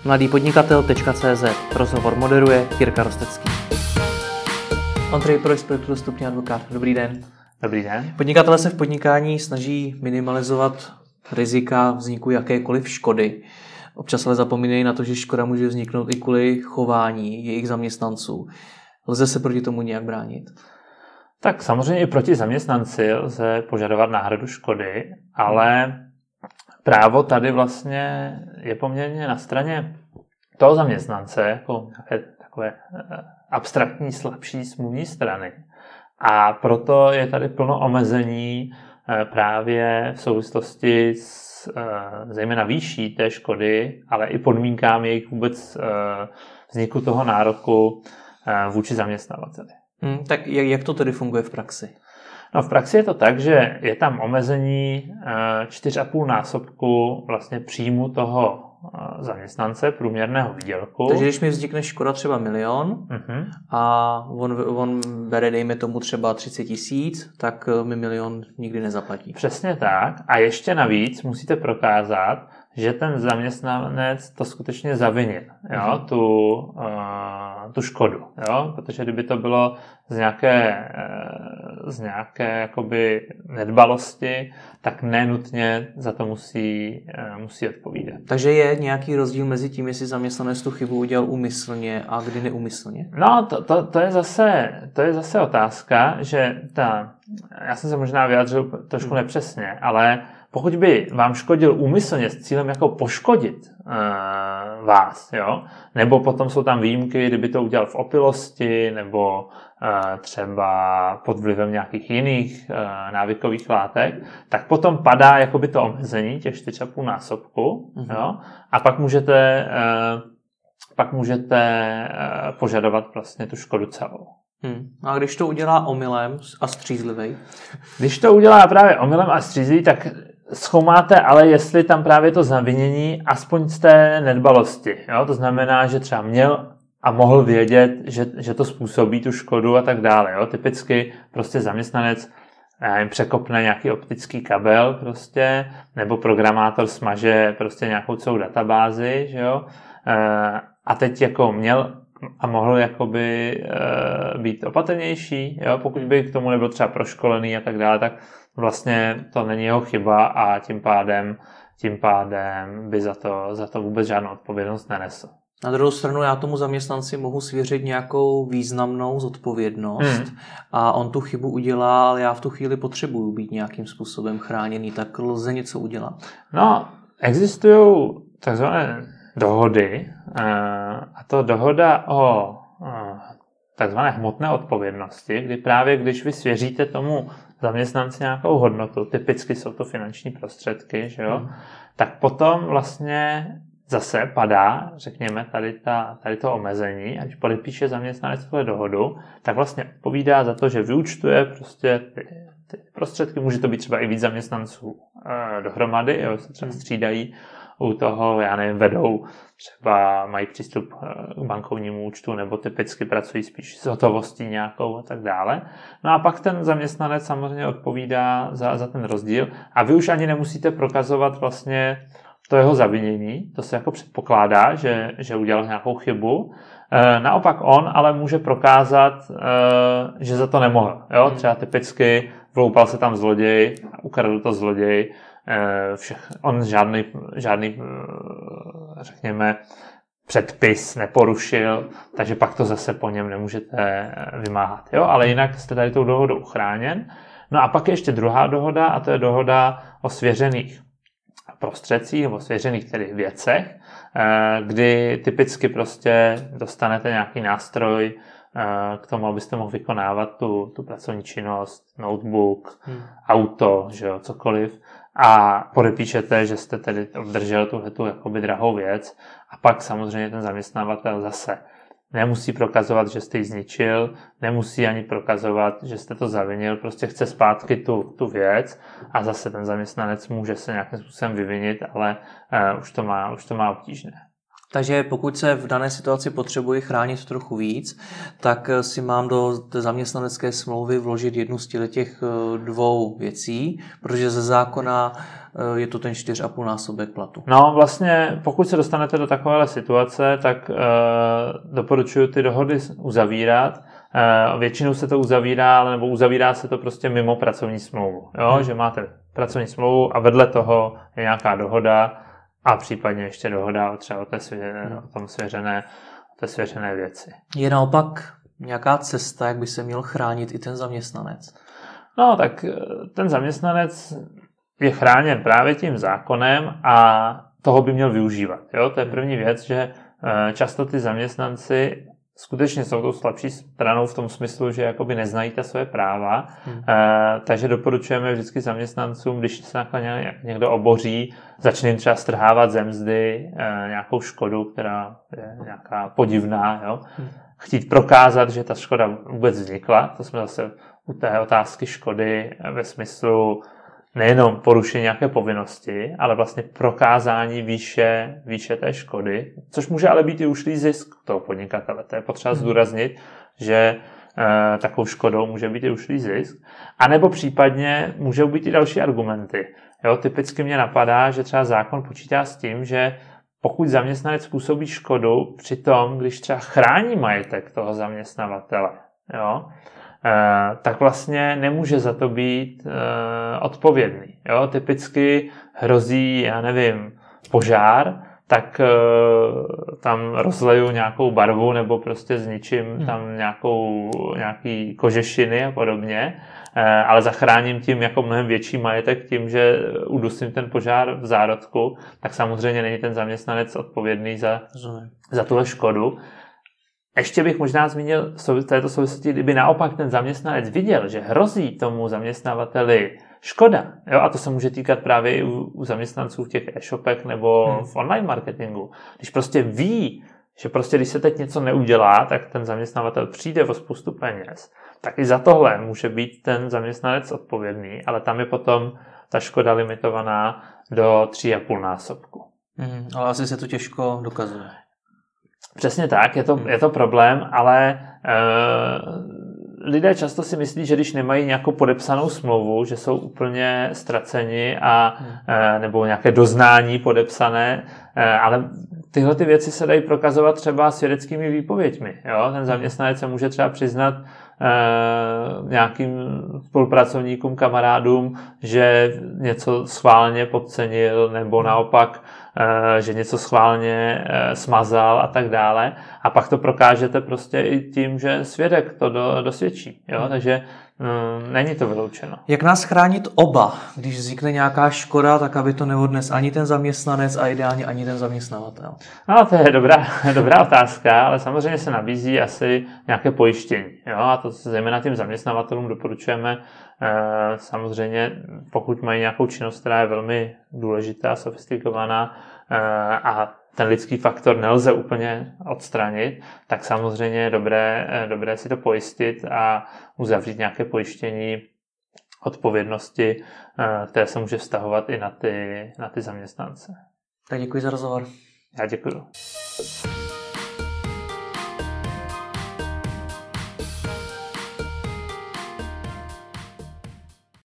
mladýpodnikatel.cz. Rozhovor moderuje Jirka Rostecký. Ondřej Projs, projektu Dostupný advokát. Dobrý den. Dobrý den. Podnikatelé se v podnikání snaží minimalizovat rizika vzniku jakékoliv škody. Občas ale zapomínají na to, že škoda může vzniknout i kvůli chování jejich zaměstnanců. Lze se proti tomu nějak bránit? Tak samozřejmě i proti zaměstnanci lze požadovat náhradu škody, ale právo tady vlastně je poměrně na straně toho zaměstnance, jako nějaké takové abstraktní, slabší smluvní strany. A proto je tady plno omezení právě v souvislosti s zejména výší té škody, ale i podmínkám jejich vůbec vzniku toho nároku vůči zaměstnavateli. Tak jak to tedy funguje v praxi? No, v praxi je to tak, že je tam omezení 4,5 násobku vlastně příjmu toho zaměstnance, průměrného výdělku. Takže když mi vznikne škoda třeba 1 milion a on bere, dejme tomu třeba 30 000, tak mi 1 milion nikdy nezaplatí. Přesně tak. A ještě navíc musíte prokázat, že ten zaměstnanec to skutečně zavinil, jo? Tu škodu. Jo? Protože kdyby to bylo z nějaké jakoby nedbalosti, tak nenutně za to musí odpovídat. Takže je nějaký rozdíl mezi tím, jestli zaměstnanec tu chybu udělal úmyslně a kdy neúmyslně? No, to je zase otázka, že já jsem se možná vyjádřil trošku nepřesně, ale pokud by vám škodil úmyslně s cílem jako poškodit vás, jo? Nebo potom jsou tam výjimky, kdyby to udělal v opilosti, nebo třeba pod vlivem nějakých jiných návykových látek, tak potom padá jakoby to omezení těch 4,5 násobku, jo? A pak můžete požadovat vlastně tu škodu celou. A když to udělá omylem a střízlivej? Když to udělá právě omylem a střízlivý, tak zkoumáte, ale jestli tam právě to zavinění aspoň z té nedbalosti. Jo? To znamená, že třeba měl a mohl vědět, že to způsobí tu škodu a tak dále. Jo? Typicky prostě zaměstnanec překopne nějaký optický kabel prostě, nebo programátor smaže prostě nějakou celou databázi, že jo? A teď jako měl a mohl jakoby být opatrnější, jo? Pokud by k tomu nebyl třeba proškolený a tak dále, tak vlastně to není jeho chyba a tím pádem by za to vůbec žádnou odpovědnost nenesl. Na druhou stranu já tomu zaměstnanci mohu svěřit nějakou významnou zodpovědnost a on tu chybu udělá, ale já v tu chvíli potřebuju být nějakým způsobem chráněný, tak lze něco udělat. No, existují takzvané dohody a to dohoda o takzvané hmotné odpovědnosti, kdy právě když vy svěříte tomu zaměstnanci nějakou hodnotu, typicky jsou to finanční prostředky, že jo, tak potom vlastně zase padá, řekněme, tady to omezení, a když podepíše zaměstnanec tuhle dohodu, tak vlastně odpovídá za to, že vyúčtuje prostě ty prostředky, může to být třeba i víc zaměstnanců dohromady, jo, se třeba střídají u toho, já nevím, vedou, třeba mají přístup k bankovnímu účtu nebo typicky pracují spíš s hotovostí nějakou a tak dále. No a pak ten zaměstnanec samozřejmě odpovídá za ten rozdíl a vy už ani nemusíte prokazovat vlastně to jeho zavinění, to se jako předpokládá, že udělal nějakou chybu. Naopak on ale může prokázat, že za to nemohl. Jo? Třeba typicky vloupal se tam zloděj, ukradl to zloděj, on žádný řekněme, předpis neporušil, takže pak to zase po něm nemůžete vymáhat. Jo? Ale jinak jste tady tou dohodou chráněn. No a pak je ještě druhá dohoda a to je dohoda o svěřených prostředcích nebo svěřených tedy věcech, kdy typicky prostě dostanete nějaký nástroj k tomu, abyste mohli vykonávat tu pracovní činnost, notebook, auto, že jo, cokoliv a podepíšete, že jste tedy obdržel tuhletu jakoby drahou věc a pak samozřejmě ten zaměstnavatel zase nemusí prokazovat, že jste ji zničil, nemusí ani prokazovat, že jste to zavinil, prostě chce zpátky tu věc a zase ten zaměstnanec může se nějakým způsobem vyvinit, ale už to má obtížné. Takže pokud se v dané situaci potřebuji chránit trochu víc, tak si mám do zaměstnanecké smlouvy vložit jednu z těch dvou věcí, protože ze zákona je to ten 4,5 násobek platu. No vlastně, pokud se dostanete do takovéhle situace, tak doporučuji ty dohody uzavírat. Většinou se to uzavírá, nebo uzavírá se to prostě mimo pracovní smlouvu. Jo? Že máte pracovní smlouvu a vedle toho je nějaká dohoda a případně ještě dohoda třeba o té svěřené věci. Je naopak nějaká cesta, jak by se měl chránit i ten zaměstnanec? No tak ten zaměstnanec je chráněn právě tím zákonem a toho by měl využívat. Jo? To je první věc, že často ty zaměstnanci skutečně jsou tou slabší stranou v tom smyslu, že jakoby neznají ta své práva, takže doporučujeme vždycky zaměstnancům, když se někdo oboří, začne jim třeba strhávat ze mzdy nějakou škodu, která je nějaká podivná, jo? Chtít prokázat, že ta škoda vůbec vznikla, to jsme zase u té otázky škody ve smyslu nejenom porušení nějaké povinnosti, ale vlastně prokázání výše té škody, což může ale být i ušlý zisk toho podnikatele. To je potřeba zdůraznit, že takovou škodou může být i ušlý zisk. A nebo případně můžou být i další argumenty. Jo, typicky mě napadá, že třeba zákon počítá s tím, že pokud zaměstnanec způsobí škodu při tom, když třeba chrání majetek toho zaměstnavatele, jo, tak vlastně nemůže za to být odpovědný. Jo? Typicky hrozí, já nevím, požár, tak tam rozleju nějakou barvu nebo prostě zničím tam nějaký kožešiny a podobně, ale zachráním tím jako mnohem větší majetek tím, že udusím ten požár v zárodku, tak samozřejmě není ten zaměstnanec odpovědný za tuhle škodu. Ještě bych možná zmínil v této souvislosti, kdyby naopak ten zaměstnanec viděl, že hrozí tomu zaměstnavateli škoda, jo, a to se může týkat právě i u zaměstnanců v těch e-shopech nebo v online marketingu. Když prostě ví, že prostě když se teď něco neudělá, tak ten zaměstnavatel přijde o spoustu peněz, tak i za tohle může být ten zaměstnanec odpovědný, ale tam je potom ta škoda limitovaná do 3,5 násobku. Ale asi se to těžko dokazuje. Přesně tak, je to problém, ale lidé často si myslí, že když nemají nějakou podepsanou smlouvu, že jsou úplně ztraceni nebo nějaké doznání podepsané, ale tyhle ty věci se dají prokazovat třeba svědeckými výpověďmi. Jo? Ten zaměstnanec se může třeba přiznat nějakým spolupracovníkům, kamarádům, že něco schválně podcenil nebo naopak, že něco schválně smazal a tak dále. A pak to prokážete prostě i tím, že svědek to dosvědčí. Jo? Takže není to vyloučeno. Jak nás chránit oba, když vznikne nějaká škoda, tak aby to neodnes ani ten zaměstnanec a ideálně ani ten zaměstnavatel? No, to je dobrá otázka, ale samozřejmě se nabízí asi nějaké pojištění. Jo? A to zejména těm zaměstnavatelům doporučujeme samozřejmě, pokud mají nějakou činnost, která je velmi důležitá, sofistikovaná a ten lidský faktor nelze úplně odstranit, tak samozřejmě je dobré si to pojistit a uzavřít nějaké pojištění odpovědnosti, které se může vztahovat i na ty zaměstnance. Tak děkuji za rozhovor. Já děkuji.